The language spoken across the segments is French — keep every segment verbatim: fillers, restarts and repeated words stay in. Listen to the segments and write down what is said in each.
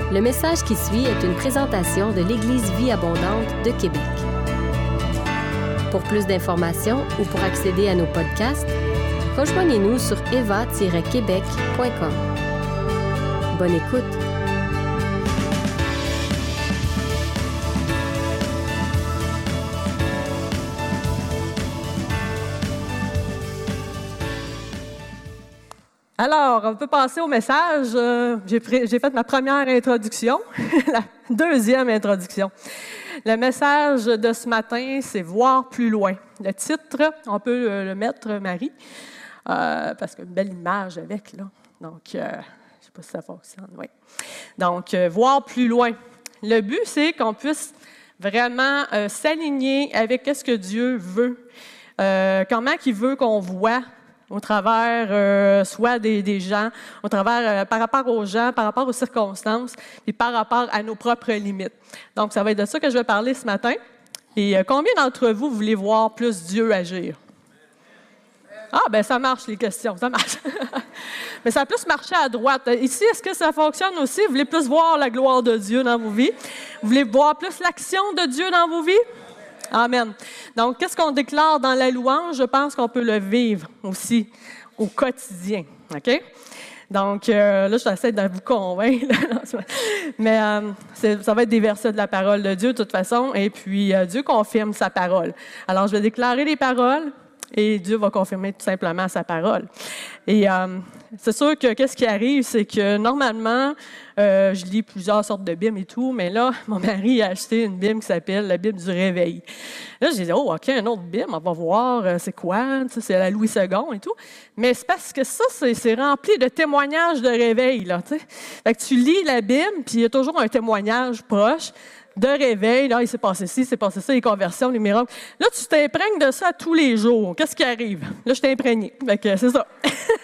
Le message qui suit est une présentation de l'Église Vie Abondante de Québec. Pour plus d'informations ou pour accéder à nos podcasts, rejoignez-nous sur eva tiret québec point com. Bonne écoute! Alors, on peut passer au message. Euh, j'ai, pr- j'ai fait ma première introduction, la deuxième introduction. Le message de ce matin, c'est « Voir plus loin ». Le titre, on peut le mettre, Marie, euh, parce qu'il y a une belle image avec, là. Donc, euh, je ne sais pas si ça fonctionne, oui. Donc, euh, « Voir plus loin ». Le but, c'est qu'on puisse vraiment euh, s'aligner avec ce que Dieu veut, euh, comment il veut qu'on voit au travers euh, soit des, des gens, au travers euh, par rapport aux gens, par rapport aux circonstances, et par rapport à nos propres limites. Donc, ça va être de ça que je vais parler ce matin. Et euh, combien d'entre vous voulez voir plus Dieu agir? Ah, ben ça marche, les questions, ça marche. Mais ça a plus marché à droite. Ici, est-ce que ça fonctionne aussi? Vous voulez plus voir la gloire de Dieu dans vos vies? Vous voulez voir plus l'action de Dieu dans vos vies? Amen. Donc, qu'est-ce qu'on déclare dans la louange? Je pense qu'on peut le vivre aussi au quotidien. OK? Donc, euh, là, je essaie de vous convaincre. Mais euh, c'est, ça va être des versets de la parole de Dieu, de toute façon. Et puis, euh, Dieu confirme sa parole. Alors, je vais déclarer les paroles et Dieu va confirmer tout simplement sa parole. Et euh, c'est sûr que qu'est-ce qui arrive, c'est que normalement, euh, je lis plusieurs sortes de Bibles et tout, mais là, mon mari a acheté une Bible qui s'appelle la Bible du Réveil. Là, j'ai dit, oh, OK, une autre Bible, on va voir, euh, c'est quoi, tu sais, c'est la Louis second et tout. Mais c'est parce que ça, c'est, c'est rempli de témoignages de réveil, là, tu sais. Fait que tu lis la Bible, puis il y a toujours un témoignage proche de réveil, là, il s'est passé ci, il s'est passé ça, les conversions, les miracles. Là, tu t'imprègnes de ça tous les jours. Qu'est-ce qui arrive? Là, je t'ai imprégné. Fait que c'est ça.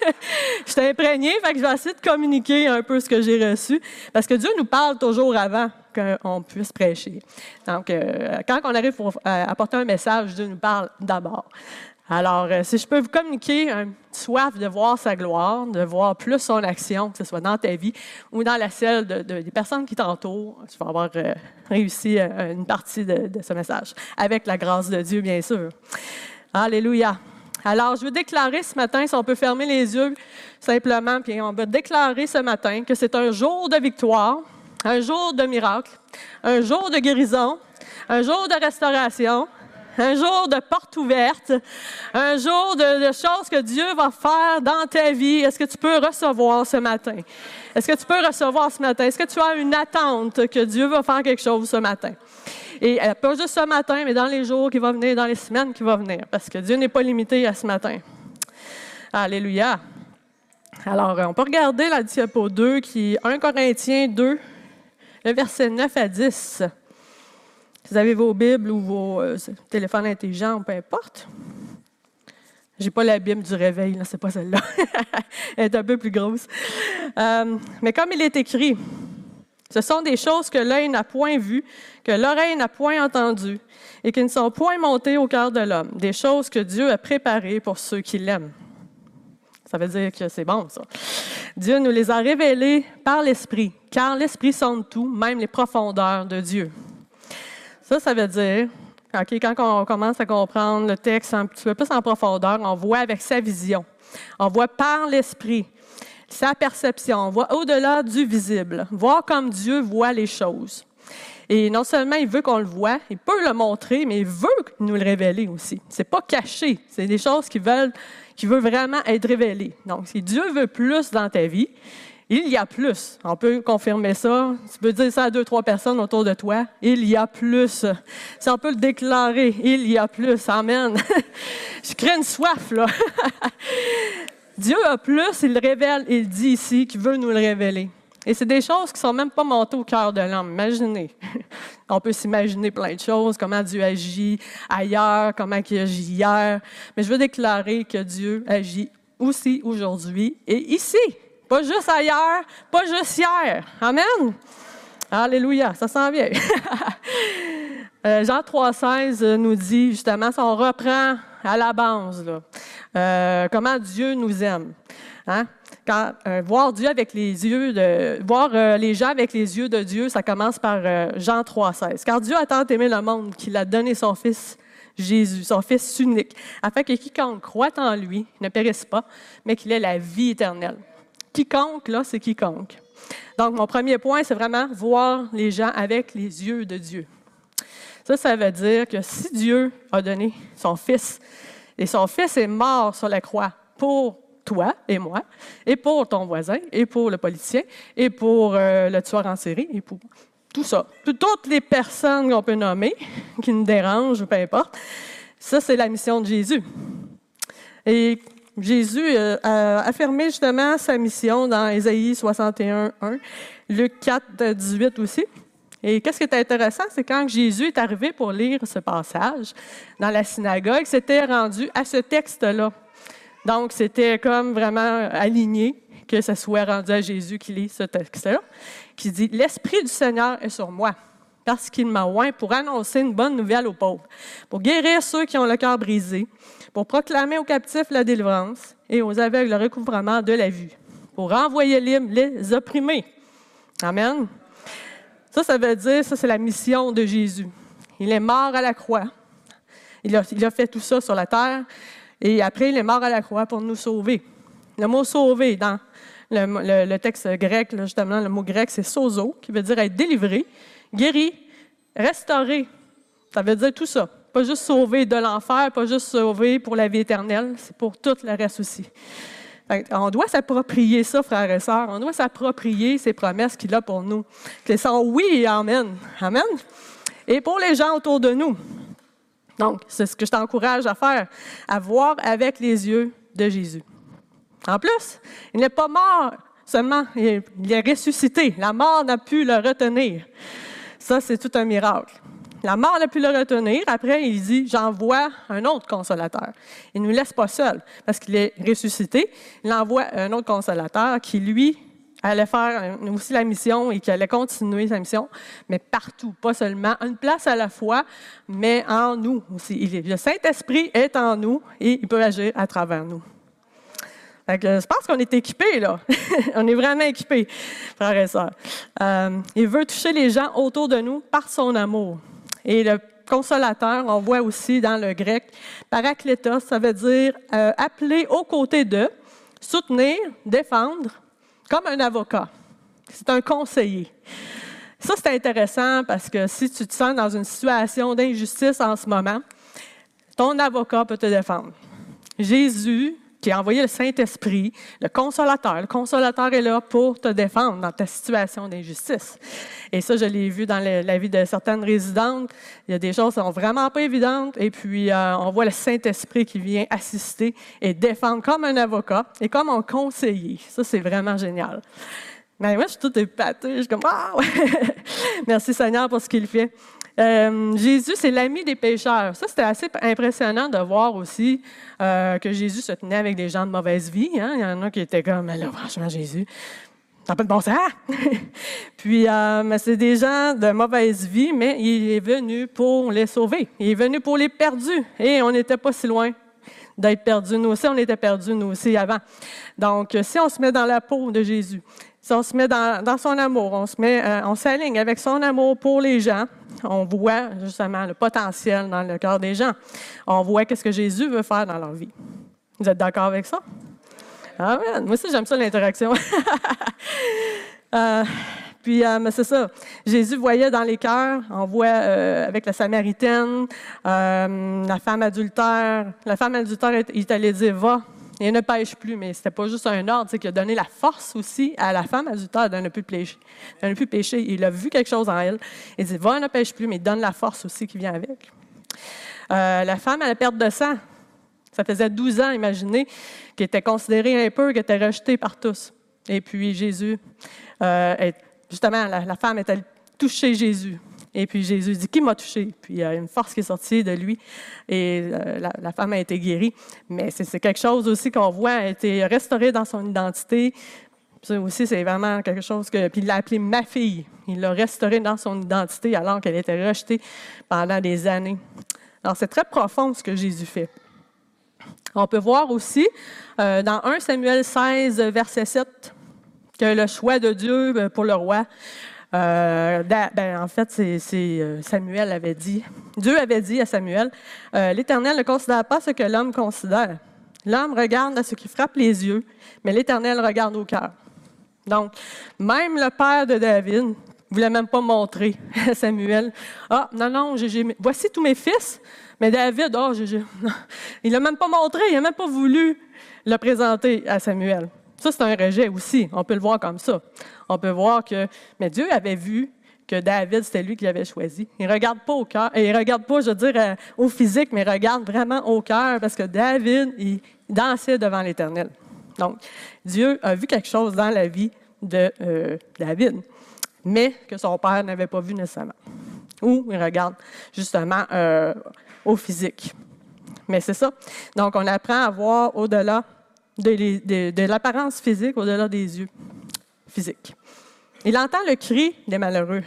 Je t'ai imprégné, fait que je vais essayer de communiquer un peu ce que j'ai reçu. Parce que Dieu nous parle toujours avant qu'on puisse prêcher. Donc, euh, quand on arrive pour euh, apporter un message, Dieu nous parle d'abord. Alors, euh, si je peux vous communiquer une soif de voir sa gloire, de voir plus son action, que ce soit dans ta vie ou dans la celle de, de, des personnes qui t'entourent, tu vas avoir euh, réussi euh, une partie de, de ce message, avec la grâce de Dieu, bien sûr. Alléluia. Alors, je veux déclarer ce matin, si on peut fermer les yeux simplement, puis on va déclarer ce matin que c'est un jour de victoire, un jour de miracle, un jour de guérison, un jour de restauration, un jour de porte ouverte, un jour de, de choses que Dieu va faire dans ta vie. Est-ce que tu peux recevoir ce matin? Est-ce que tu peux recevoir ce matin? Est-ce que tu as une attente que Dieu va faire quelque chose ce matin? Et euh, pas juste ce matin, mais dans les jours qui vont venir, dans les semaines qui vont venir, parce que Dieu n'est pas limité à ce matin. Alléluia. Alors, on peut regarder la diapo deux, qui est un Corinthiens deux, le verset neuf à dix. Si vous avez vos Bibles ou vos euh, téléphones intelligents, peu importe. J'ai pas la Bible du réveil, là, c'est pas celle-là. Elle est un peu plus grosse. Euh, mais comme il est écrit, ce sont des choses que l'œil n'a point vues, que l'oreille n'a point entendues, et qui ne sont point montées au cœur de l'homme. Des choses que Dieu a préparées pour ceux qui l'aiment. Ça veut dire que c'est bon, ça. Dieu nous les a révélées par l'Esprit, car l'Esprit sonde tout, même les profondeurs de Dieu. Ça, ça veut dire, okay, quand on commence à comprendre le texte un petit peu plus en profondeur, on voit avec sa vision. On voit par l'Esprit, sa perception. On voit au-delà du visible. Voir comme Dieu voit les choses. Et non seulement il veut qu'on le voie, il peut le montrer, mais il veut nous le révéler aussi. C'est pas caché. C'est des choses qui veulent, qui veulent vraiment être révélées. Donc, si Dieu veut plus dans ta vie, il y a plus. On peut confirmer ça. Tu peux dire ça à deux, trois personnes autour de toi. Il y a plus. Si on peut le déclarer, il y a plus. Amen. Je crée une soif, là. Dieu a plus, il le révèle, il dit ici qu'il veut nous le révéler. Et c'est des choses qui ne sont même pas montées au cœur de l'homme. Imaginez. On peut s'imaginer plein de choses, comment Dieu agit ailleurs, comment il agit hier. Mais je veux déclarer que Dieu agit aussi aujourd'hui et ici. Pas juste ailleurs, pas juste hier. Amen. Alléluia, ça sent bien. euh, Jean trois seize nous dit, justement, si on reprend à la base, là, euh, comment Dieu nous aime. Hein? Quand, euh, voir Dieu avec les yeux de, voir euh, les gens avec les yeux de Dieu, ça commence par euh, Jean trois seize. Car Dieu a tant aimé le monde qu'il a donné son Fils Jésus, son Fils unique, afin que quiconque croit en lui ne périsse pas, mais qu'il ait la vie éternelle. Quiconque, là, c'est quiconque. Donc, mon premier point, c'est vraiment voir les gens avec les yeux de Dieu. Ça, ça veut dire que si Dieu a donné son Fils, et son Fils est mort sur la croix pour toi et moi, et pour ton voisin, et pour le politicien, et pour euh, le tueur en série, et pour tout ça. Toutes les personnes qu'on peut nommer, qui nous dérangent, ou peu importe, ça, c'est la mission de Jésus. Et Jésus euh, a affirmé justement sa mission dans Ésaïe soixante et un, un, Luc quatre, dix-huit aussi. Et qu'est-ce qui est intéressant, c'est quand Jésus est arrivé pour lire ce passage dans la synagogue, c'était rendu à ce texte-là. Donc, c'était comme vraiment aligné que ce soit rendu à Jésus qui lit ce texte-là, qui dit « L'Esprit du Seigneur est sur moi, parce qu'il m'a oint pour annoncer une bonne nouvelle aux pauvres, pour guérir ceux qui ont le cœur brisé, pour proclamer aux captifs la délivrance et aux aveugles le recouvrement de la vue, pour renvoyer libres les opprimés. » Amen. Ça, ça veut dire, ça, c'est la mission de Jésus. Il est mort à la croix. Il a, il a fait tout ça sur la terre. Et après, il est mort à la croix pour nous sauver. Le mot « sauver », dans le, le, le texte grec, là, justement, le mot grec, c'est « sozo », qui veut dire être délivré, guéri, restauré. Ça veut dire tout ça. Pas juste sauver de l'enfer, pas juste sauver pour la vie éternelle, c'est pour tout le reste aussi. On doit s'approprier ça, frères et sœurs. On doit s'approprier ces promesses qu'il a pour nous. Qu'elles sont oui et amen. Amen. Et pour les gens autour de nous. Donc, c'est ce que je t'encourage à faire, à voir avec les yeux de Jésus. En plus, il n'est pas mort seulement, il est ressuscité. La mort n'a pu le retenir. Ça, c'est tout un miracle. La mort n'a pu le retenir. Après, il dit, j'envoie un autre consolateur. Il ne nous laisse pas seuls parce qu'il est ressuscité. Il envoie un autre consolateur qui, lui, allait faire aussi la mission et qui allait continuer sa mission, mais partout, pas seulement une place à la fois, mais en nous aussi. Le Saint-Esprit est en nous et il peut agir à travers nous. Fait que je pense qu'on est équipés, là. On est vraiment équipés, frères et sœurs. Euh, il veut toucher les gens autour de nous par son amour. Et le consolateur, on voit aussi dans le grec, paraklétos, ça veut dire euh, appeler aux côtés d'eux, soutenir, défendre, comme un avocat. C'est un conseiller. Ça, c'est intéressant parce que si tu te sens dans une situation d'injustice en ce moment, ton avocat peut te défendre. Jésus, qui a envoyé le Saint-Esprit, le consolateur. Le consolateur est là pour te défendre dans ta situation d'injustice. Et ça, je l'ai vu dans le, la vie de certaines résidentes. Il y a des choses qui sont vraiment pas évidentes. Et puis, euh, on voit le Saint-Esprit qui vient assister et défendre comme un avocat et comme un conseiller. Ça, c'est vraiment génial. Mais moi, je suis toute épatée. Je suis comme, ah! Merci Seigneur pour ce qu'il fait. Euh, Jésus, c'est l'ami des pécheurs. Ça, c'était assez impressionnant de voir aussi euh, que Jésus se tenait avec des gens de mauvaise vie. Hein? Il y en a qui étaient comme, mais là, franchement, Jésus, t'as pas de bon sens. Puis, euh, mais c'est des gens de mauvaise vie, mais il est venu pour les sauver. Il est venu pour les perdus. Et on n'était pas si loin d'être perdus. Nous aussi, on était perdus, nous aussi, avant. Donc, si on se met dans la peau de Jésus, si on se met dans, dans son amour, on se met, euh, on s'aligne avec son amour pour les gens, on voit justement le potentiel dans le cœur des gens. On voit qu'est-ce que Jésus veut faire dans leur vie. Vous êtes d'accord avec ça? Amen. Moi aussi, j'aime ça, l'interaction. euh, puis, euh, mais c'est ça. Jésus voyait dans les cœurs, on voit euh, avec la Samaritaine, euh, la femme adultère. La femme adultère, il est allé dire, va. Et ne pêche plus, mais c'était pas juste un ordre, c'est qu'il a donné la force aussi à la femme adultère de ne plus pécher. De ne plus pécher. Il a vu quelque chose en elle. Il dit, va, ne pêche plus, mais il donne la force aussi qui vient avec. Euh, la femme à la perte de sang, ça faisait douze ans, imaginez, qui était considérée impure, qui était rejetée par tous. Et puis Jésus, euh, est, justement, la, la femme est allée toucher Jésus. Et puis Jésus dit, qui m'a touché? Puis il y a une force qui est sortie de lui et euh, la, la femme a été guérie. Mais c'est, c'est quelque chose aussi qu'on voit, elle a été restaurée dans son identité. Ça aussi, c'est vraiment quelque chose que... Puis il l'a appelée ma fille. Il l'a restaurée dans son identité alors qu'elle était rejetée pendant des années. Alors c'est très profond ce que Jésus fait. On peut voir aussi euh, dans premier Samuel seize, verset sept, que le choix de Dieu pour le roi, euh, ben, en fait, c'est, c'est Samuel avait dit, Dieu avait dit à Samuel, euh, « L'Éternel ne considère pas ce que l'homme considère. L'homme regarde à ce qui frappe les yeux, mais l'Éternel regarde au cœur. » Donc, même le père de David ne voulait même pas montrer à Samuel, « Ah, non, non, j'ai, j'ai, voici tous mes fils. » Mais David, oh, j'ai, j'ai, il ne l'a même pas montré, il n'a même pas voulu le présenter à Samuel. Ça, c'est un rejet aussi. On peut le voir comme ça. On peut voir que, mais Dieu avait vu que David, c'était lui qui l'avait choisi. Il ne regarde pas au cœur, et il ne regarde pas, je veux dire, au physique, mais il regarde vraiment au cœur, parce que David, il dansait devant l'Éternel. Donc, Dieu a vu quelque chose dans la vie de euh, David, mais que son père n'avait pas vu nécessairement. Ou il regarde justement euh, au physique. Mais c'est ça. Donc, on apprend à voir au-delà de, de, de l'apparence physique, au-delà des yeux physiques. Il entend le cri des malheureux.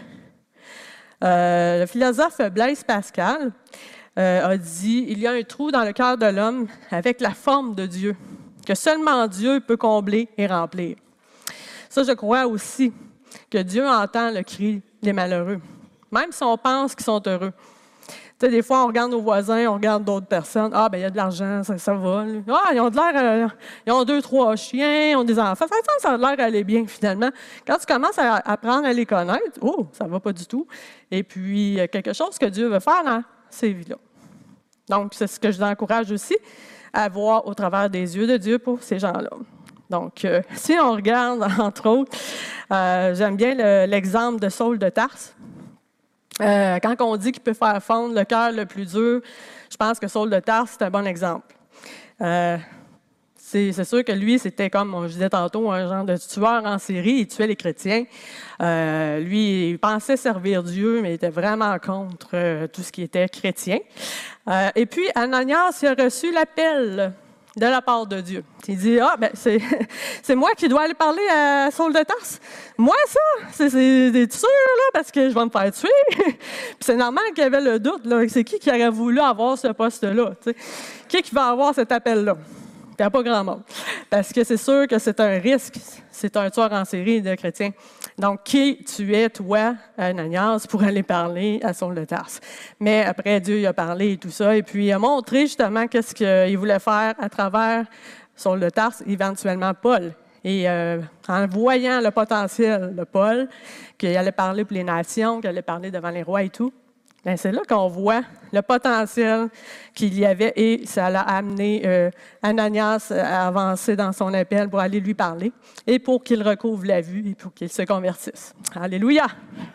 Euh, le philosophe Blaise Pascal euh, a dit « Il y a un trou dans le cœur de l'homme avec la forme de Dieu, que seulement Dieu peut combler et remplir. » Ça, je crois aussi que Dieu entend le cri des malheureux, même si on pense qu'ils sont heureux. Tu sais, des fois, on regarde nos voisins, on regarde d'autres personnes. Ah, ben il y a de l'argent, ça, ça va. Ah, ils ont de l'air, euh, ils ont deux, trois chiens, ils ont des enfants. Ça, ça a l'air d'aller bien, finalement. Quand tu commences à apprendre à les connaître, oh, ça ne va pas du tout. Et puis, il y a quelque chose que Dieu veut faire dans ces vies-là. Donc, c'est ce que je vous encourage aussi à voir au travers des yeux de Dieu pour ces gens-là. Donc, euh, si on regarde, entre autres, euh, j'aime bien le, l'exemple de Saul de Tarse. Euh, quand on dit qu'il peut faire fondre le cœur le plus dur, je pense que Saul de Tarse, c'est un bon exemple. Euh, c'est, c'est sûr que lui, c'était comme, je disais tantôt, un genre de tueur en série, il tuait les chrétiens. Euh, lui, il pensait servir Dieu, mais il était vraiment contre euh, tout ce qui était chrétien. Euh, et puis, Ananias, il a reçu l'appel de la part de Dieu. Il dit, ah, ben c'est, c'est moi qui dois aller parler à Saul de Tarse. Moi, ça, c'est, c'est, c'est sûr, là, parce que je vais me faire tuer. Puis c'est normal qu'il y avait le doute, là. C'est qui qui aurait voulu avoir ce poste-là? T'sais? Qui qui va avoir cet appel-là? Il n'y a pas grand monde. Parce que c'est sûr que c'est un risque. C'est un tueur en série de chrétiens. Donc, qui tu es, toi, Ananias, pour aller parler à Saul de Tarse? Mais après, Dieu il a parlé et tout ça. Et puis, il a montré justement qu'est-ce qu'il voulait faire à travers Saul de Tarse, éventuellement Paul. Et euh, en voyant le potentiel de Paul, qu'il allait parler pour les nations, qu'il allait parler devant les rois et tout, bien, c'est là qu'on voit le potentiel qu'il y avait et ça l'a amené euh, Ananias à avancer dans son appel pour aller lui parler et pour qu'il recouvre la vue et pour qu'il se convertisse. Alléluia!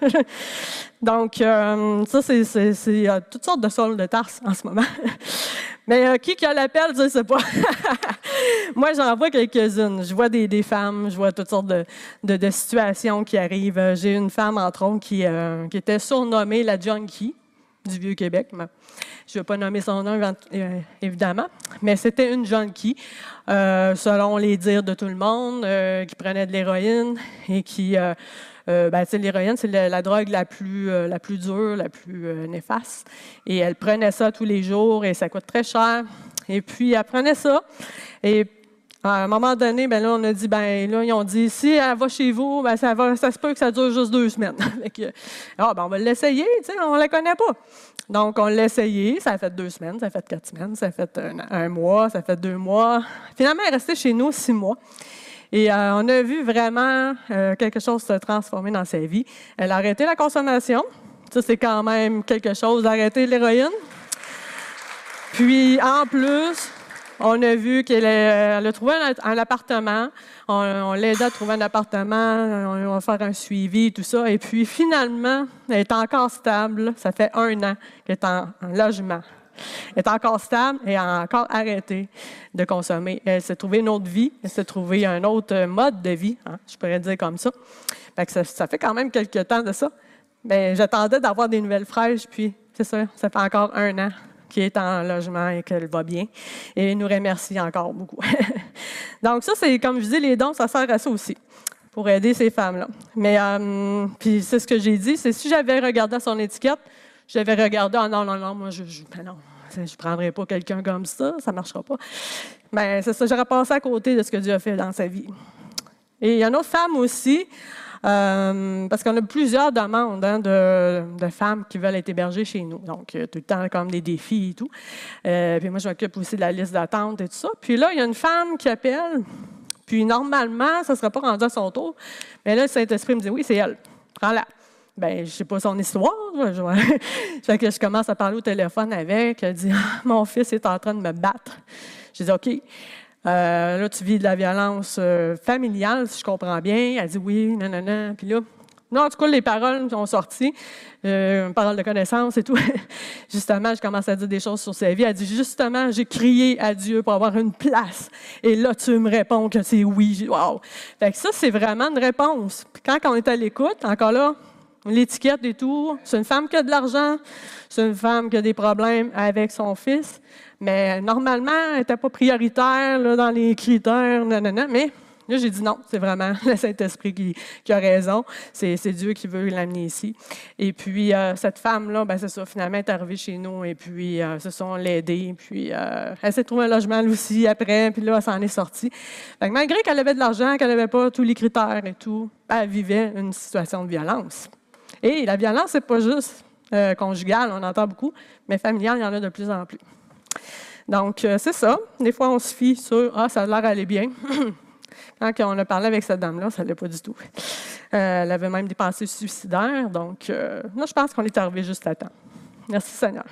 Donc, euh, ça, c'est, c'est, c'est euh, toutes sortes de Saul de Tarse en ce moment. Mais euh, qui qui a l'appel, je ne sais pas. Moi, j'en vois quelques-unes. Je vois des, des femmes, je vois toutes sortes de, de, de situations qui arrivent. J'ai une femme, entre autres, qui, euh, qui était surnommée la junkie du Vieux-Québec. Je ne vais pas nommer son nom, évidemment, mais c'était une junkie, euh, selon les dires de tout le monde, euh, qui prenait de l'héroïne et qui... Euh, Euh, ben, l'héroïne, c'est la, la drogue la plus, euh, la plus dure, la plus euh, néfaste. Et elle prenait ça tous les jours et ça coûte très cher. Et puis, elle prenait ça. Et à un moment donné, ben là, on a dit, ben là, ils ont dit, si elle va chez vous, ben ça, va, ça se peut que ça dure juste deux semaines. que, ah, ben on va l'essayer, tu sais, on ne la connaît pas. Donc, on l'a essayé. Ça a fait deux semaines, ça a fait quatre semaines, ça a fait un, un mois, ça a fait deux mois. Finalement, elle est restée chez nous six mois. Et euh, on a vu vraiment euh, quelque chose se transformer dans sa vie. Elle a arrêté la consommation. Ça, c'est quand même quelque chose d'arrêter l'héroïne. Puis, en plus, on a vu qu'elle a, elle a trouvé un, un appartement. On, on l'a aidé à trouver un appartement. On va faire un suivi, tout ça. Et puis, finalement, elle est encore stable. Ça fait un an qu'elle est en, en logement. Elle est encore stable et a encore arrêté de consommer. Elle s'est trouvée une autre vie, elle s'est trouvée un autre mode de vie, hein, je pourrais dire comme ça. Fait que ça. Ça fait quand même quelques temps de ça. Bien, j'attendais d'avoir des nouvelles fraîches, puis c'est ça, ça fait encore un an qu'elle est en logement et qu'elle va bien. Et elle nous remercie encore beaucoup. Donc ça, c'est comme je dis, les dons, ça sert à ça aussi, pour aider ces femmes-là. Mais, euh, puis c'est ce que j'ai dit, c'est si j'avais regardé son étiquette, j'avais regardé, ah non, non, non, moi, je, je ben non, je ne prendrai pas quelqu'un comme ça, ça ne marchera pas. Mais c'est ça, j'aurais passé à côté de ce que Dieu a fait dans sa vie. Et il y a une autre femme aussi, euh, parce qu'on a plusieurs demandes hein, de, de femmes qui veulent être hébergées chez nous. Donc, tout le temps, comme des défis et tout. Euh, puis moi, je m'occupe aussi de la liste d'attente et tout ça. Puis là, il y a une femme qui appelle, puis normalement, ça ne serait pas rendu à son tour. Mais là, le Saint-Esprit me dit, oui, c'est elle, prends-la. Bien, je ne sais pas son histoire. Je, fait que je commence à parler au téléphone avec. Elle dit, ah, mon fils est en train de me battre. J'ai dit, OK. Euh, là, tu vis de la violence euh, familiale, si je comprends bien. Elle dit oui, non, non, non. Puis là, non, en tout cas, les paroles ont sorti, euh, paroles de connaissance et tout. Justement, je commence à dire des choses sur sa vie. Elle dit, justement, j'ai crié à Dieu pour avoir une place. Et là, tu me réponds que c'est oui. Wow! Fait que ça, c'est vraiment une réponse. Puis quand on est à l'écoute, encore là, l'étiquette et tout, c'est une femme qui a de l'argent, c'est une femme qui a des problèmes avec son fils. Mais normalement, elle n'était pas prioritaire là, dans les critères, non, non, non. Mais là, j'ai dit non, c'est vraiment le Saint-Esprit qui, qui a raison. C'est, c'est Dieu qui veut l'amener ici. Et puis, euh, cette femme-là, ben, c'est ça, finalement, elle est arrivée chez nous et puis, euh, se sont l'aidée. Puis, euh, elle s'est trouvée un logement, elle aussi, après. Puis là, elle s'en est sortie. Fait que malgré qu'elle avait de l'argent, qu'elle n'avait pas tous les critères et tout, elle vivait une situation de violence. Et la violence, c'est pas juste euh, conjugale, on entend beaucoup, mais familiale, il y en a de plus en plus. Donc, euh, c'est ça. Des fois, on se fie sur « Ah, ça a l'air d'aller bien ». Quand on a parlé avec cette dame-là, ça n'allait pas du tout. Euh, elle avait même des pensées suicidaires. Donc, euh, là, je pense qu'on est arrivé juste à temps. Merci, Seigneur.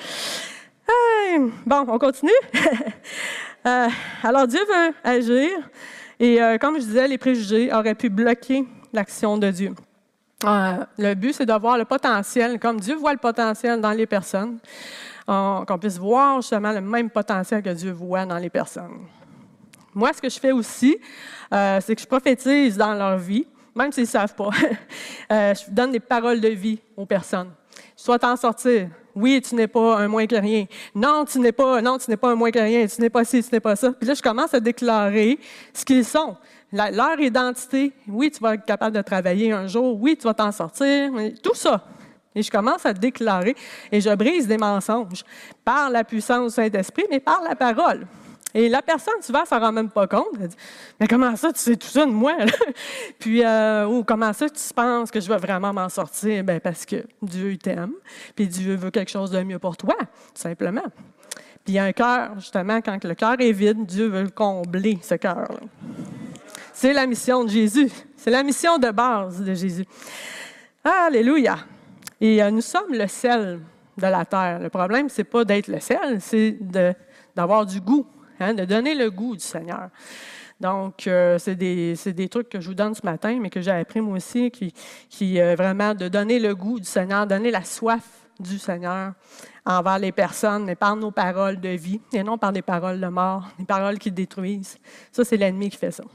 Hey, bon, on continue. euh, alors, Dieu veut agir. Et euh, comme je disais, les préjugés auraient pu bloquer l'action de Dieu. Euh, le but, c'est de voir le potentiel, comme Dieu voit le potentiel dans les personnes, on, qu'on puisse voir justement le même potentiel que Dieu voit dans les personnes. Moi, ce que je fais aussi, euh, c'est que je prophétise dans leur vie, même s'ils ne savent pas. euh, je donne des paroles de vie aux personnes. Tu dois t'en sortir. Oui, tu n'es pas un moins que rien. Non, tu n'es pas, non, tu n'es pas un moins que rien. Tu n'es pas ci, tu n'es pas ça. Puis là, je commence à déclarer ce qu'ils sont. La, leur identité. Oui, tu vas être capable de travailler un jour. Oui, tu vas t'en sortir. Tout ça. Et je commence à déclarer et je brise des mensonges par la puissance du Saint-Esprit, mais par la parole. Et la personne, souvent, ne s'en rend même pas compte. Elle dit, mais comment ça, tu sais tout ça de moi? Là? Puis, euh, ou comment ça, tu penses que je vais vraiment m'en sortir? Bien, parce que Dieu t'aime, puis Dieu veut quelque chose de mieux pour toi, tout simplement. Puis, il y a un cœur, justement, quand le cœur est vide, Dieu veut le combler, ce cœur-là. C'est la mission de Jésus. C'est la mission de base de Jésus. Alléluia! Et euh, nous sommes le sel de la terre. Le problème, ce n'est pas d'être le sel, c'est de, d'avoir du goût, hein, de donner le goût du Seigneur. Donc, euh, c'est, des, c'est des trucs que je vous donne ce matin, mais que j'ai appris moi aussi, qui, qui euh, vraiment de donner le goût du Seigneur, donner la soif du Seigneur envers les personnes, mais par nos paroles de vie, et non par des paroles de mort, des paroles qui détruisent. Ça, c'est l'ennemi qui fait ça.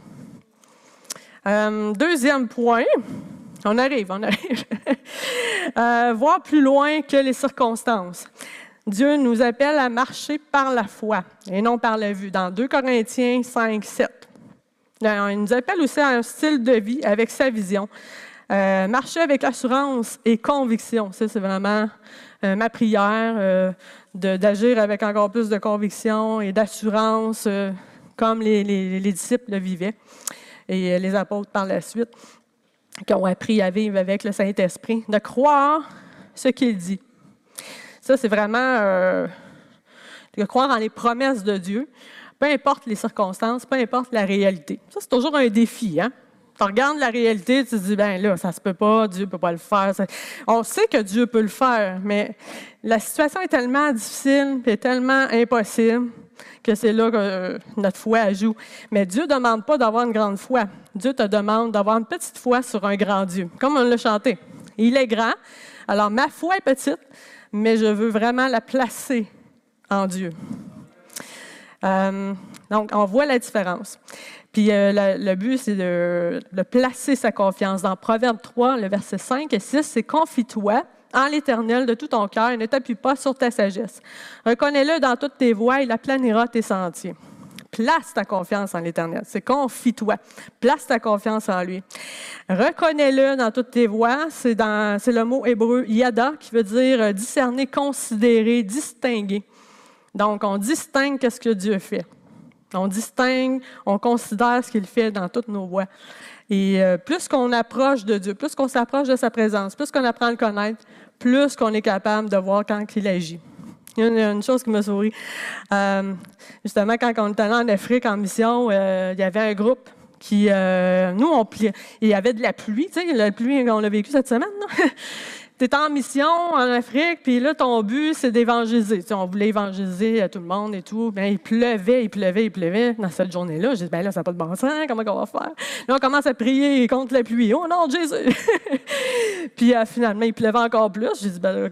Euh, deuxième point. On arrive, on arrive. euh, voir plus loin que les circonstances. Dieu nous appelle à marcher par la foi et non par la vue. Dans deux Corinthiens cinq, sept. Il nous appelle aussi à un style de vie avec sa vision. Euh, marcher avec assurance et conviction. Ça, c'est vraiment euh, ma prière, euh, de, d'agir avec encore plus de conviction et d'assurance, euh, comme les, les, les disciples le vivaient et les apôtres par la suite, qui ont appris à vivre avec le Saint-Esprit, de croire ce qu'il dit. Ça, c'est vraiment euh, de croire en les promesses de Dieu, peu importe les circonstances, peu importe la réalité. Ça, c'est toujours un défi, hein? Tu regardes la réalité, tu te dis, bien là, ça se peut pas, Dieu ne peut pas le faire. On sait que Dieu peut le faire, mais la situation est tellement difficile et tellement impossible que c'est là que euh, notre foi joue. Mais Dieu ne demande pas d'avoir une grande foi. Dieu te demande d'avoir une petite foi sur un grand Dieu, comme on l'a chanté. Il est grand, alors ma foi est petite, mais je veux vraiment la placer en Dieu. Euh, donc, on voit la différence. Puis euh, le, le but, c'est de, de placer sa confiance. Dans Proverbe trois, le verset cinq et six, c'est « Confie-toi en l'Éternel de tout ton cœur et ne t'appuie pas sur ta sagesse. Reconnais-le dans toutes tes voies, il aplanira tes sentiers. » Place ta confiance en l'Éternel. C'est « Confie-toi ». Place ta confiance en lui. Reconnais-le dans toutes tes voies. C'est, dans, c'est le mot hébreu « yada » qui veut dire discerner, considérer, distinguer. Donc, on distingue qu'est-ce que Dieu fait. On distingue, on considère ce qu'il fait dans toutes nos voies. Et euh, plus qu'on approche de Dieu, plus qu'on s'approche de sa présence, plus qu'on apprend à le connaître, plus qu'on est capable de voir quand il agit. Il y a une, une chose qui m'a souri. Euh, justement, quand on était allé en Afrique en mission, euh, il y avait un groupe qui, euh, nous, on pliait. Il y avait de la pluie, tu sais, la pluie, on l'a vécu cette semaine, tu es en mission en Afrique, puis là, ton but, c'est d'évangéliser. Tu sais, on voulait évangéliser à tout le monde et tout. Bien, il pleuvait, il pleuvait, il pleuvait dans cette journée-là. J'ai dit, bien là, ça n'a pas de bon sens, comment on va faire? Là, on commence à prier contre la pluie. Oh non, Jésus! Puis euh, finalement, il pleuvait encore plus. J'ai dit, ben OK.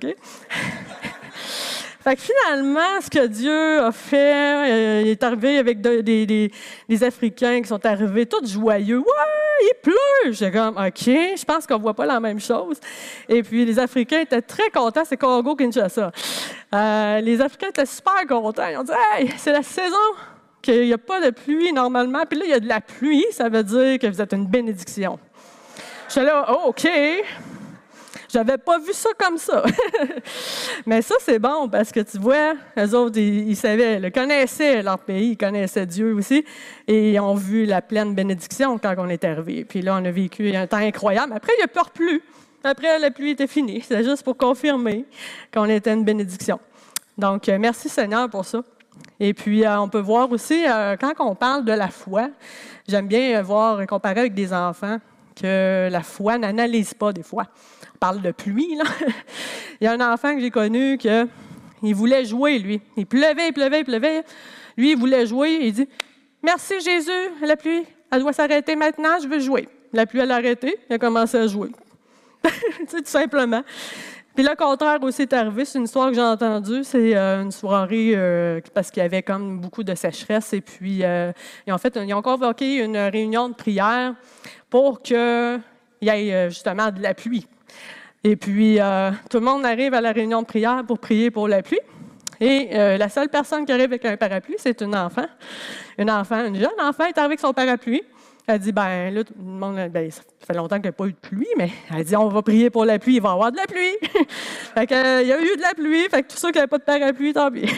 Fait que finalement, ce que Dieu a fait, euh, il est arrivé avec de, des, des, des Africains qui sont arrivés tous joyeux. « Ouais, il pleut! » J'étais comme « OK, je pense qu'on ne voit pas la même chose. » Et puis, les Africains étaient très contents. C'est Congo-Kinshasa. Euh, les Africains étaient super contents. Ils ont dit « Hey, c'est la saison qu'il n'y a pas de pluie normalement. Puis là, il y a de la pluie. Ça veut dire que vous êtes une bénédiction. » J'étais là oh, « OK. » J'avais pas vu ça comme ça. Mais ça, c'est bon parce que tu vois, eux autres, ils, ils savaient, ils connaissaient leur pays, ils connaissaient Dieu aussi, et ils ont vu la pleine bénédiction quand on est arrivé. Puis là, on a vécu un temps incroyable. Après, il n'y a pas plu. Après, la pluie était finie. C'était juste pour confirmer qu'on était une bénédiction. Donc, euh, merci Seigneur pour ça. Et puis, euh, on peut voir aussi, euh, quand on parle de la foi, j'aime bien voir, comparer avec des enfants, que la foi n'analyse pas des fois. On parle de pluie, là. Il y a un enfant que j'ai connu que il voulait jouer, lui. Il pleuvait, il pleuvait, il pleuvait. Lui, il voulait jouer. Il dit « Merci Jésus, la pluie, elle doit s'arrêter maintenant, je veux jouer. » La pluie, elle a arrêté, il a commencé à jouer. Tu sais, tout simplement. Puis le contraire aussi est arrivé. C'est une histoire que j'ai entendue. C'est euh, une soirée euh, parce qu'il y avait comme beaucoup de sécheresse. Et puis, euh, ils ont fait, ils ont convoqué une réunion de prière pour qu'il y ait justement de la pluie. Et puis, euh, tout le monde arrive à la réunion de prière pour prier pour la pluie. Et euh, la seule personne qui arrive avec un parapluie, c'est une enfant. Une enfant, une jeune enfant est arrivée avec son parapluie. Elle dit, ben là, tout le monde, ben, ça fait longtemps qu'il n'y a pas eu de pluie, mais elle dit, on va prier pour la pluie, il va y avoir de la pluie. Fait que, euh, il y a eu de la pluie, fait que tous ceux qui n'avaient pas de parapluie, tant pis.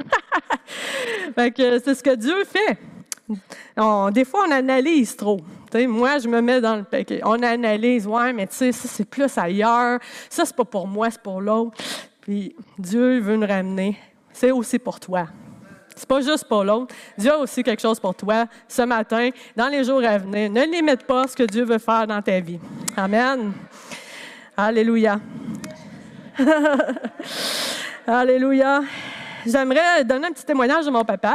Fait que c'est ce que Dieu fait. On, des fois, on analyse trop. T'sais, moi, je me mets dans le paquet. On analyse, ouais, mais tu sais, ça, c'est plus ailleurs. Ça, c'est pas pour moi, c'est pour l'autre. Puis Dieu veut nous ramener. C'est aussi pour toi. C'est pas juste pour l'autre. Dieu a aussi quelque chose pour toi ce matin, dans les jours à venir. Ne limite pas ce que Dieu veut faire dans ta vie. Amen. Alléluia. Alléluia. J'aimerais donner un petit témoignage de mon papa.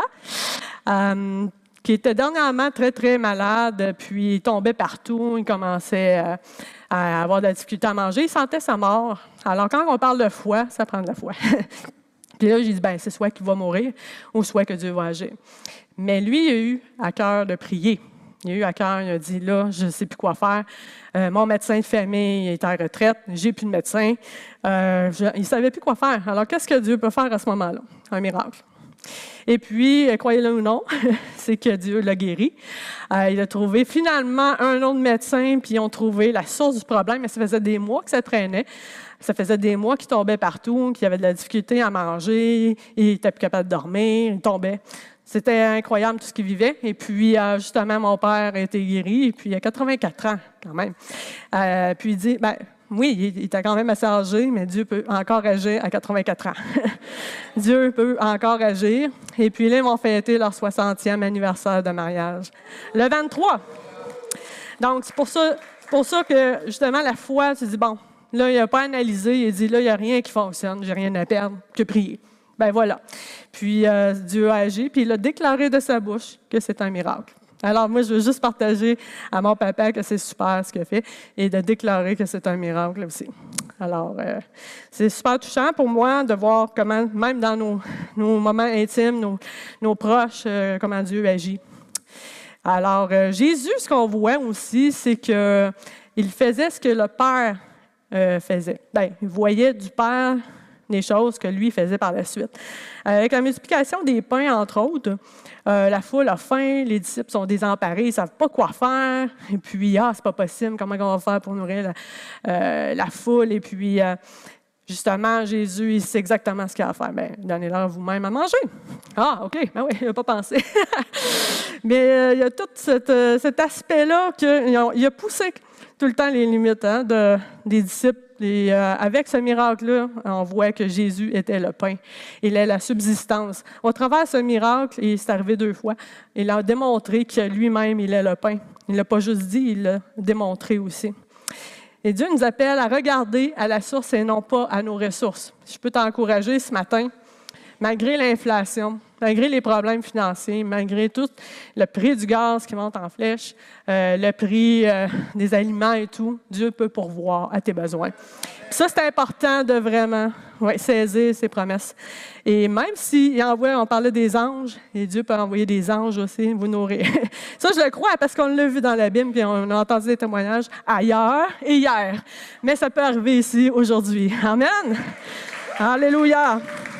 Euh, qui était dernièrement très, très malade, puis il tombait partout, il commençait à, à avoir de la difficulté à manger, il sentait sa mort. Alors, quand on parle de foi, ça prend de la foi. Puis là, j'ai dit, bien, c'est soit qu'il va mourir, ou soit que Dieu va agir. Mais lui, il a eu à cœur de prier. Il a eu à cœur, il a dit, là, je ne sais plus quoi faire. Euh, mon médecin de famille est en retraite, j'ai plus de médecin. Euh, je, il ne savait plus quoi faire. Alors, qu'est-ce que Dieu peut faire à ce moment-là? Un miracle. Et puis, croyez-le ou non, c'est que Dieu l'a guéri. Euh, il a trouvé finalement un autre médecin, puis ils ont trouvé la source du problème, mais ça faisait des mois que ça traînait. Ça faisait des mois qu'il tombait partout, qu'il avait de la difficulté à manger, il n'était plus capable de dormir, il tombait. C'était incroyable tout ce qu'il vivait. Et puis, euh, justement, mon père a été guéri, et puis il a quatre-vingt-quatre ans quand même. Euh, puis il dit, ben, oui, il était quand même assez âgé, mais Dieu peut encore agir à quatre-vingt-quatre ans. Dieu peut encore agir. Et puis là, ils m'ont fêté leur soixantième anniversaire de mariage. Le vingt-trois. Donc, c'est pour ça, c'est pour ça que, justement, la foi, tu dis, bon, là, il n'a pas analysé, il dit, là, il n'y a rien qui fonctionne, j'ai rien à perdre que prier. Ben voilà. Puis, euh, Dieu a agi, puis il a déclaré de sa bouche que c'est un miracle. Alors, moi, je veux juste partager à mon papa que c'est super ce qu'il a fait et de déclarer que c'est un miracle aussi. Alors, euh, c'est super touchant pour moi de voir comment, même dans nos, nos moments intimes, nos, nos proches, euh, comment Dieu agit. Alors, euh, Jésus, ce qu'on voit aussi, c'est qu'il faisait ce que le Père euh, faisait. Bien, il voyait du Père des choses que lui faisait par la suite. Avec la multiplication des pains, entre autres, euh, la foule a faim, les disciples sont désemparés, ils ne savent pas quoi faire. Et puis, ah, c'est pas possible, comment on va faire pour nourrir la, euh, la foule? Et puis, euh, Justement, Jésus, il sait exactement ce qu'il a à faire. Bien, donnez-leur vous-même à manger. Ah, OK, ben oui, il n'a pas pensé. Mais euh, il y a tout cette, euh, cet aspect-là qu'il a, il a poussé tout le temps les limites hein, de, des disciples. Et euh, avec ce miracle-là, on voit que Jésus était le pain. Il est la subsistance. Au travers de ce miracle, et c'est arrivé deux fois, il a démontré que lui-même, il est le pain. Il ne l'a pas juste dit, il l'a démontré aussi. Et Dieu nous appelle à regarder à la source et non pas à nos ressources. Je peux t'encourager ce matin, malgré l'inflation, malgré les problèmes financiers, malgré tout le prix du gaz qui monte en flèche, euh, le prix euh, des aliments et tout, Dieu peut pourvoir à tes besoins. Puis ça, c'est important de vraiment ouais, saisir ses promesses. Et même s'il envoie, on parlait des anges, et Dieu peut envoyer des anges aussi, vous nourrir. Ça, je le crois parce qu'on l'a vu dans la Bible, puis on a entendu des témoignages ailleurs et hier. Mais ça peut arriver ici, aujourd'hui. Amen! Alléluia!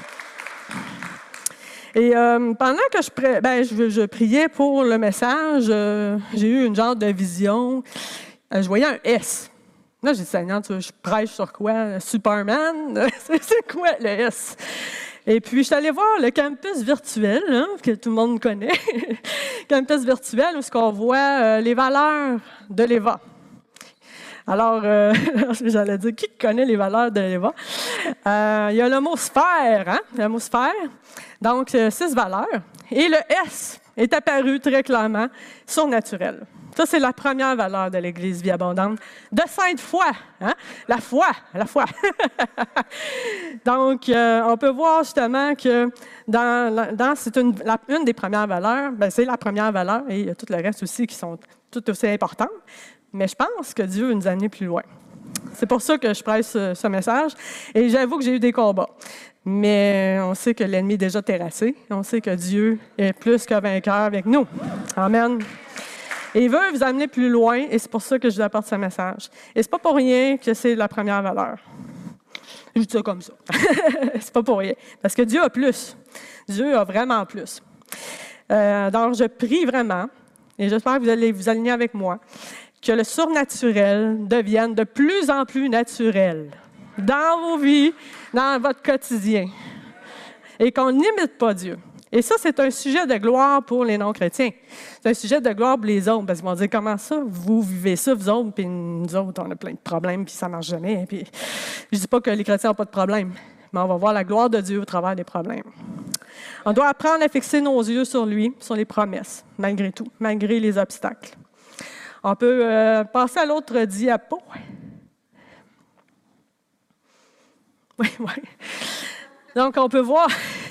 Et euh, pendant que je, pri- ben, je, je priais pour le message, euh, j'ai eu une genre de vision. Euh, je voyais un S. Là, j'ai dit, Seigneur, tu veux, je prêche sur quoi? Superman? C'est quoi le S? Et puis, je suis allée voir le campus virtuel, hein, que tout le monde connaît. Campus virtuel, où ce qu'on voit euh, les valeurs de l'E V A. Alors, euh, j'allais dire, qui connaît les valeurs de l'E V A? Euh, il y a le mot sphère, hein? Le mot sphère. Donc, euh, six valeurs. Et le S est apparu très clairement, surnaturel. Ça, c'est la première valeur de l'Église Vie Abondante. De sainte foi, hein? La foi, la foi. Donc, euh, on peut voir justement que dans, dans c'est une, la, une des premières valeurs, ben, c'est la première valeur, et il y a tout le reste aussi qui sont tout aussi importantes. Mais je pense que Dieu veut nous amener plus loin. C'est pour ça que je prêche ce, ce message. Et j'avoue que j'ai eu des combats. Mais on sait que l'ennemi est déjà terrassé. On sait que Dieu est plus que vainqueur avec nous. Amen. Et il veut vous amener plus loin, et c'est pour ça que je vous apporte ce message. Et c'est pas pour rien que c'est la première valeur. Je dis ça comme ça. C'est pas pour rien. Parce que Dieu a plus. Dieu a vraiment plus. Euh, donc, je prie vraiment, et j'espère que vous allez vous aligner avec moi, que le surnaturel devienne de plus en plus naturel dans vos vies, dans votre quotidien, et qu'on n'imite pas Dieu. Et ça, c'est un sujet de gloire pour les non-chrétiens. C'est un sujet de gloire pour les autres, parce qu'ils vont dire, comment ça, vous vivez ça, vous autres, puis nous autres, on a plein de problèmes, puis ça ne marche jamais. Puis, je ne dis pas que les chrétiens n'ont pas de problème, mais on va voir la gloire de Dieu au travers des problèmes. On doit apprendre à fixer nos yeux sur lui, sur les promesses, malgré tout, malgré les obstacles. On peut euh, passer à l'autre diapo. Oui, oui. Donc, on peut voir.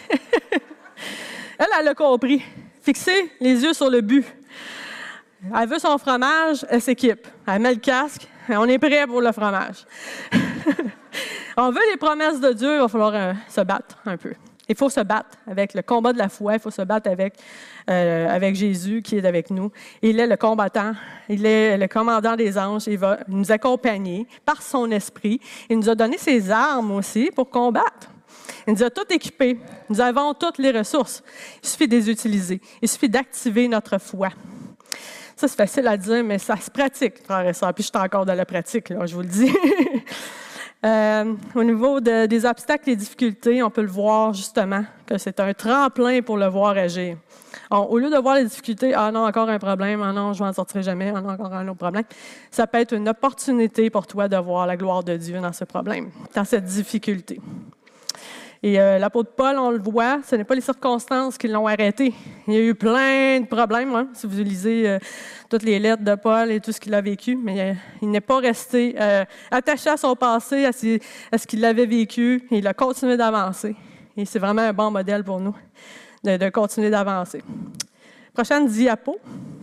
Elle, elle a compris. Fixer les yeux sur le but. Elle veut son fromage, elle s'équipe. Elle met le casque, on est prêt pour le fromage. On veut les promesses de Dieu, il va falloir euh, se battre un peu. Il faut se battre avec le combat de la foi, il faut se battre avec, euh, avec Jésus qui est avec nous. Il est le combattant, il est le commandant des anges, il va nous accompagner par son esprit. Il nous a donné ses armes aussi pour combattre. Il nous a tout équipés. Nous avons toutes les ressources. Il suffit de les utiliser. Il suffit d'activer notre foi. Ça, c'est facile à dire, mais ça se pratique, frère et sœurs. Puis je suis encore dans la pratique, là, je vous le dis. euh, au niveau de, des obstacles et difficultés, on peut le voir justement, que c'est un tremplin pour le voir agir. On, au lieu de voir les difficultés, « Ah non, encore un problème, ah non, je n'en sortirai jamais, ah non, encore un autre problème », ça peut être une opportunité pour toi de voir la gloire de Dieu dans ce problème, dans cette difficulté. Et euh, l'apôtre Paul, on le voit, ce n'est pas les circonstances qui l'ont arrêté. Il y a eu plein de problèmes, hein, si vous lisez euh, toutes les lettres de Paul et tout ce qu'il a vécu, mais euh, il n'est pas resté euh, attaché à son passé, à, ses, à ce qu'il avait vécu. Il a continué d'avancer. Et c'est vraiment un bon modèle pour nous de, de continuer d'avancer. Prochaine diapo.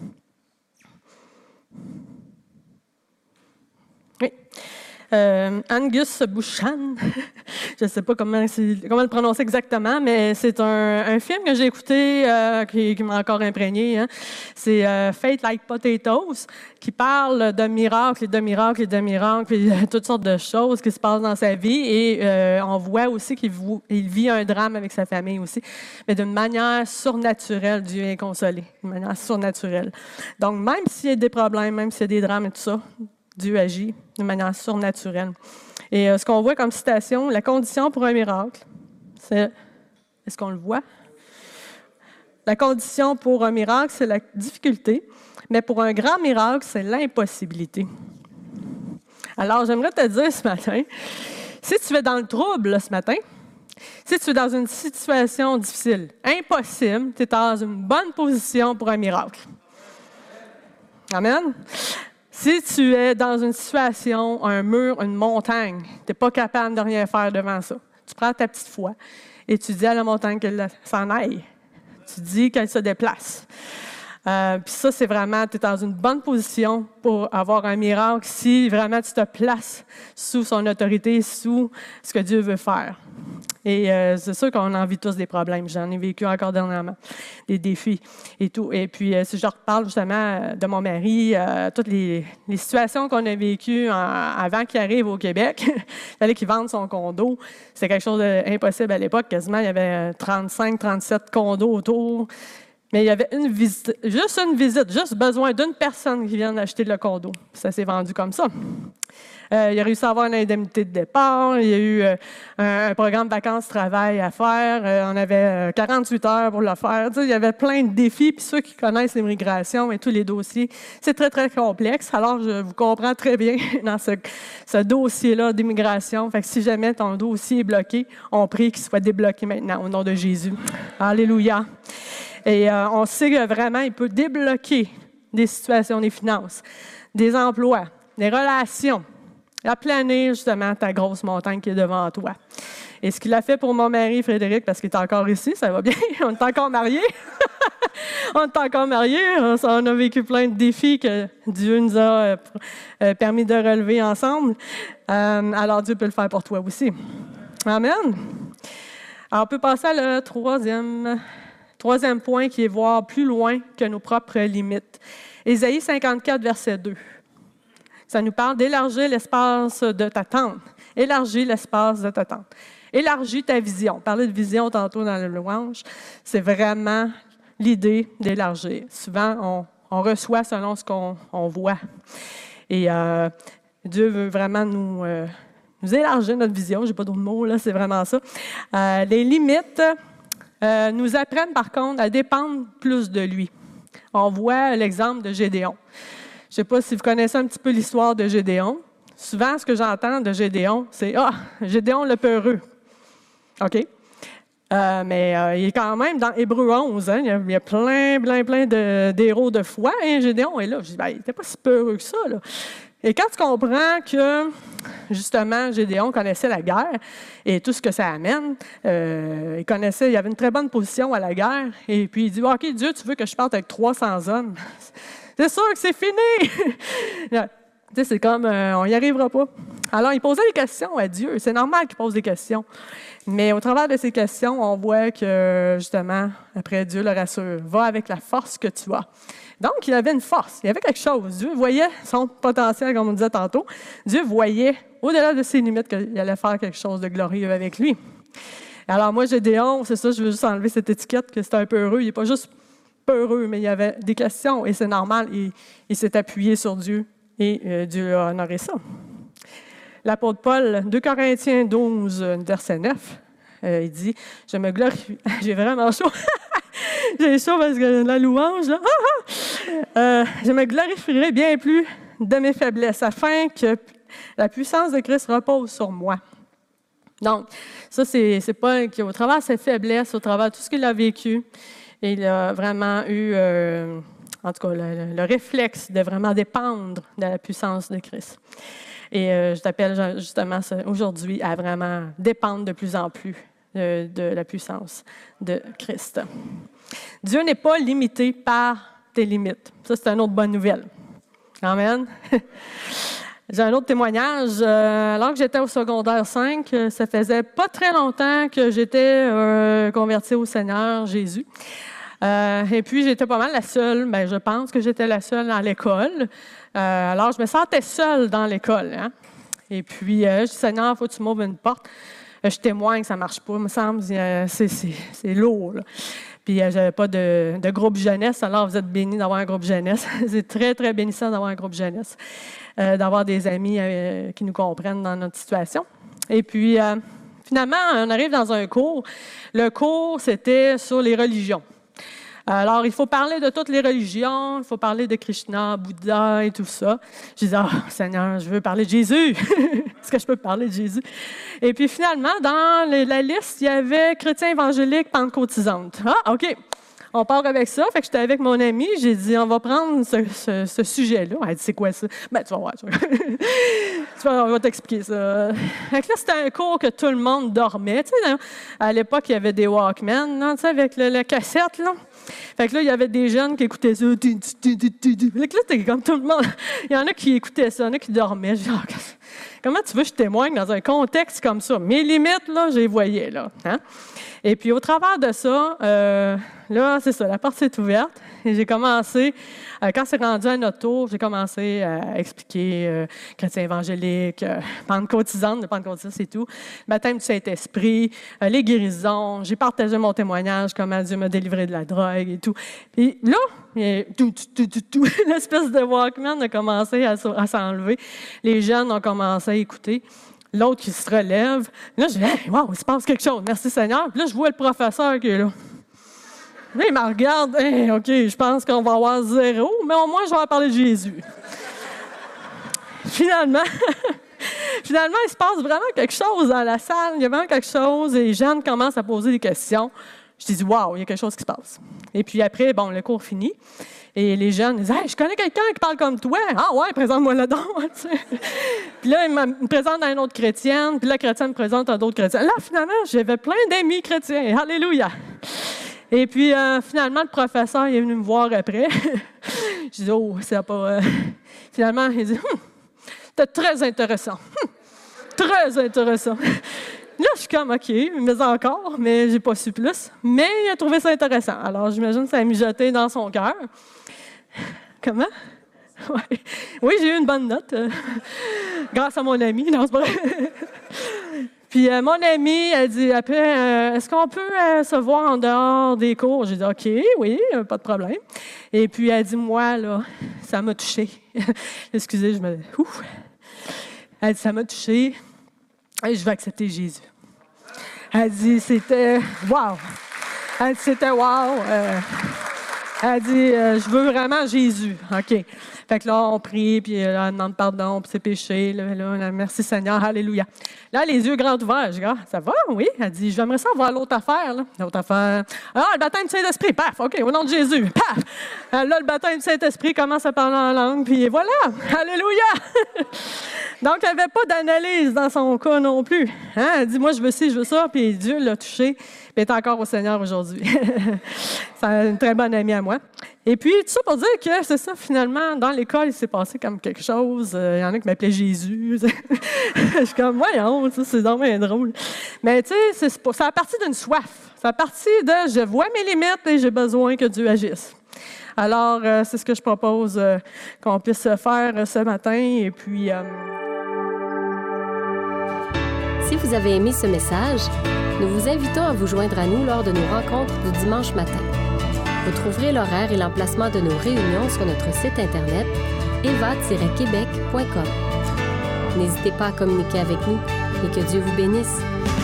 Oui. Euh, Angus Buchan, je ne sais pas comment, comment le prononcer exactement, mais c'est un, un film que j'ai écouté euh, qui, qui m'a encore imprégné. Hein. C'est euh, Fate Like Potatoes, qui parle de miracles et de miracles et de miracles et de toutes sortes de choses qui se passent dans sa vie. Et euh, on voit aussi qu'il il vit un drame avec sa famille aussi, mais d'une manière surnaturelle, Dieu est consolé, d'une manière surnaturelle. Donc, même s'il y a des problèmes, même s'il y a des drames et tout ça, Dieu agit de manière surnaturelle. Et euh, ce qu'on voit comme citation, la condition pour un miracle, c'est... Est-ce qu'on le voit? La condition pour un miracle, c'est la difficulté, mais pour un grand miracle, c'est l'impossibilité. Alors, j'aimerais te dire ce matin, si tu es dans le trouble là, ce matin, si tu es dans une situation difficile, impossible, tu es dans une bonne position pour un miracle. Amen? Si tu es dans une situation, un mur, une montagne, tu n'es pas capable de rien faire devant ça. Tu prends ta petite foi et tu dis à la montagne qu'elle s'en aille. Tu dis qu'elle se déplace. Euh, Puis ça, c'est vraiment, tu es dans une bonne position pour avoir un miracle si vraiment tu te places sous son autorité, sous ce que Dieu veut faire. Et euh, c'est sûr qu'on en vit tous des problèmes. J'en ai vécu encore dernièrement, des défis et tout. Et puis, euh, si je reparle justement de mon mari, euh, toutes les, les situations qu'on a vécues en, avant qu'il arrive au Québec, il fallait qu'il vende son condo. C'était quelque chose d'impossible à l'époque. Quasiment, il y avait trente-cinq, trente-sept condos autour. Mais il y avait une visite, juste une visite, juste besoin d'une personne qui vienne acheter le condo. Ça s'est vendu comme ça. Euh, il a réussi à avoir une indemnité de départ. Il y a eu euh, un, un programme vacances-travail à faire. Euh, on avait euh, quarante-huit heures pour le faire. Tu sais, il y avait plein de défis. Puis ceux qui connaissent l'immigration et tous les dossiers, c'est très, très complexe. Alors, je vous comprends très bien dans ce, ce dossier-là d'immigration. Fait que si jamais ton dossier est bloqué, on prie qu'il soit débloqué maintenant au nom de Jésus. Alléluia. Et euh, on sait que vraiment, il peut débloquer des situations, des finances, des emplois, des relations, aplanir justement ta grosse montagne qui est devant toi. Et ce qu'il a fait pour mon mari Frédéric, parce qu'il est encore ici, ça va bien, on est encore mariés. on est encore mariés, on, on a vécu plein de défis que Dieu nous a euh, permis de relever ensemble. Euh, alors Dieu peut le faire pour toi aussi. Amen. Alors on peut passer à le troisième... Troisième point qui est voir plus loin que nos propres limites. Ésaïe cinquante-quatre, verset deux. Ça nous parle d'élargir l'espace de ta tente. Élargir l'espace de ta tente. Élargis ta vision. Parler de vision tantôt dans le louange, c'est vraiment l'idée d'élargir. Souvent, on, on reçoit selon ce qu'on on voit. Et euh, Dieu veut vraiment nous, euh, nous élargir notre vision. Je n'ai pas d'autres mots, là, c'est vraiment ça. Euh, les limites... Euh, nous apprennent, par contre, à dépendre plus de lui. On voit l'exemple de Gédéon. Je ne sais pas si vous connaissez un petit peu l'histoire de Gédéon. Souvent, ce que j'entends de Gédéon, c'est « Ah, Gédéon le peureux ». OK? Euh, mais euh, il est quand même dans Hébreux onze. Hein, il, y a, il y a plein, plein, plein de, d'héros de foi. Et Gédéon est là. Je dis ben, « Il n'était pas si peureux que ça. » là. Et quand tu comprends que, justement, Gédéon connaissait la guerre et tout ce que ça amène, euh, il connaissait, il avait une très bonne position à la guerre, et puis il dit « OK, Dieu, tu veux que je parte avec trois cents hommes? C'est sûr que c'est fini! » Tu sais, c'est comme, euh, on n'y arrivera pas. Alors, il posait des questions à Dieu. C'est normal qu'il pose des questions. Mais au travers de ces questions, on voit que, justement, après, Dieu le rassure. Va avec la force que tu as. Donc, il avait une force, il y avait quelque chose. Dieu voyait son potentiel, comme on disait tantôt. Dieu voyait, au-delà de ses limites, qu'il allait faire quelque chose de glorieux avec lui. Alors, moi, Gédéon, c'est ça, je veux juste enlever cette étiquette que c'est un peu heureux. Il n'est pas juste peureux, mais il y avait des questions, et c'est normal. Il, il s'est appuyé sur Dieu, et euh, Dieu a honoré ça. L'apôtre Paul, deux Corinthiens douze, verset neuf, euh, il dit « Je me glorifie... » J'ai vraiment chaud. J'ai chaud parce que la louange, là. Ah, ah! Euh, je me glorifierai bien plus de mes faiblesses, afin que la puissance de Christ repose sur moi. Donc, ça, c'est, c'est pas qu'au travers de ses faiblesses, au travers de tout ce qu'il a vécu, il a vraiment eu, euh, en tout cas, le, le réflexe de vraiment dépendre de la puissance de Christ. Et euh, je t'appelle justement aujourd'hui à vraiment dépendre de plus en plus de, de la puissance de Christ. Dieu n'est pas limité par tes limites. Ça, c'est une autre bonne nouvelle. Amen. J'ai un autre témoignage. Euh, alors que j'étais au secondaire cinq, ça faisait pas très longtemps que j'étais euh, convertie au Seigneur Jésus. Euh, et puis, j'étais pas mal la seule, ben, je pense que j'étais la seule à l'école. Euh, alors, je me sentais seule dans l'école. Hein? Et puis, euh, je dis, Seigneur, il faut que tu m'ouvres une porte. Euh, je témoigne que ça ne marche pas, il me semble, euh, c'est, c'est, c'est lourd. Là. Puis, euh, j'avais pas de, de groupe jeunesse. Alors, vous êtes bénis d'avoir un groupe jeunesse. C'est très, très bénissant d'avoir un groupe jeunesse, euh, d'avoir des amis euh, qui nous comprennent dans notre situation. Et puis, euh, finalement, on arrive dans un cours. Le cours, c'était sur les religions. Alors, il faut parler de toutes les religions, il faut parler de Krishna, Bouddha et tout ça. Je disais, « Ah, oh, Seigneur, je veux parler de Jésus. Est-ce que je peux parler de Jésus? » Et puis, finalement, dans la liste, il y avait chrétien évangélique, pentecôtisante. Ah, OK. On part avec ça. Fait que j'étais avec mon ami. J'ai dit, on va prendre ce, ce, ce sujet-là. Elle dit, c'est quoi ça? Ben, tu vas voir. Tu vas... tu vas, on va t'expliquer ça. Fait que là, c'était un cours que tout le monde dormait. Tu sais, à l'époque, il y avait des Walkman, là, tu sais, avec le, la cassette, là. Fait que là, il y avait des jeunes qui écoutaient ça. Fait que là, c'était comme tout le monde. Il y en a qui écoutaient ça, il y en a qui dormaient. Je dis, oh, comment tu veux que je témoigne dans un contexte comme ça? Mes limites, là, je les voyais, là. Hein? Et puis, au travers de ça, euh, là, c'est ça, la porte s'est ouverte. Et j'ai commencé, euh, quand c'est rendu à notre tour, j'ai commencé à expliquer euh, chrétien évangélique, euh, pentecôtisante, le pentecôtisme, c'est tout, baptême du Saint-Esprit, euh, les guérisons. J'ai partagé mon témoignage, comment Dieu m'a délivré de la drogue et tout. Puis là, et tout, tout, tout, tout, l'espèce de Walkman a commencé à, à s'enlever. Les jeunes ont commencé à écouter. L'autre qui se relève. Là, je dis, hey, wow, il se passe quelque chose. Merci Seigneur. Puis là, je vois le professeur qui est là. Là, il me regarde. Hey, OK, je pense qu'on va avoir zéro, mais au moins, je vais en parler de Jésus. Finalement, finalement, il se passe vraiment quelque chose dans la salle. Il y a vraiment quelque chose. Et les jeunes commencent à poser des questions. Je dis, wow, il y a quelque chose qui se passe. Et puis après, bon, le cours finit. Et les jeunes disent, hey, je connais quelqu'un qui parle comme toi. Ah ouais, présente-moi le don. Puis là, il me présente à une autre chrétienne. Puis la chrétienne me présente à d'autres chrétiens. Là, finalement, j'avais plein d'amis chrétiens. Alléluia. Et puis, euh, finalement, le professeur il est venu me voir après. Je dis, oh, c'est pas... Euh... Finalement, il dit, hum, c'était très intéressant. Hum, très intéressant. Là, je suis comme, OK, mais encore, mais j'ai pas su plus. Mais il a trouvé ça intéressant. Alors, j'imagine que ça a mijoté dans son cœur. Comment? Ouais. Oui, j'ai eu une bonne note. Euh, grâce à mon ami. Non, c'est pas vrai. Puis, euh, mon amie, elle dit, après, euh, est-ce qu'on peut euh, se voir en dehors des cours? J'ai dit, OK, oui, euh, pas de problème. Et puis, elle dit, moi, là, ça m'a touchée. Excusez, je me... Ouf. Elle dit, ça m'a touchée. Et je vais accepter Jésus. Elle dit, c'était wow. Elle dit, c'était wow. Euh, elle dit, euh, je veux vraiment Jésus. OK. Fait que là, on prie, puis là, on demande pardon pour ses péchés. Là, là, merci Seigneur, alléluia. Là, les yeux grands ouverts. Je dis, ah, ça va? Oui. Elle dit, j'aimerais ça voir l'autre affaire. Là. L'autre affaire. Ah, le baptême du Saint-Esprit. Paf, OK, au nom de Jésus. Paf. Là, le baptême du Saint-Esprit commence à parler en langue, puis voilà. Alléluia. Donc, il n'y avait pas d'analyse dans son cas non plus. Hein? Elle dit, moi, je veux ci, je veux ça, puis Dieu l'a touché, puis elle est encore au Seigneur aujourd'hui. C'est une très bonne amie à moi. Et puis, tout ça pour dire que c'est ça, finalement, dans l'école, il s'est passé comme quelque chose. Il euh, y en a qui m'appelaient Jésus. Je suis comme, voyons, c'est vraiment drôle. Mais tu sais, ça a parti d'une soif. Ça a parti de, je vois mes limites et j'ai besoin que Dieu agisse. Alors, euh, c'est ce que je propose euh, qu'on puisse faire euh, ce matin. Et puis... Euh... Si vous avez aimé ce message, nous vous invitons à vous joindre à nous lors de nos rencontres du dimanche matin. Vous trouverez l'horaire et l'emplacement de nos réunions sur notre site Internet eva tiret québec point com. N'hésitez pas à communiquer avec nous et que Dieu vous bénisse.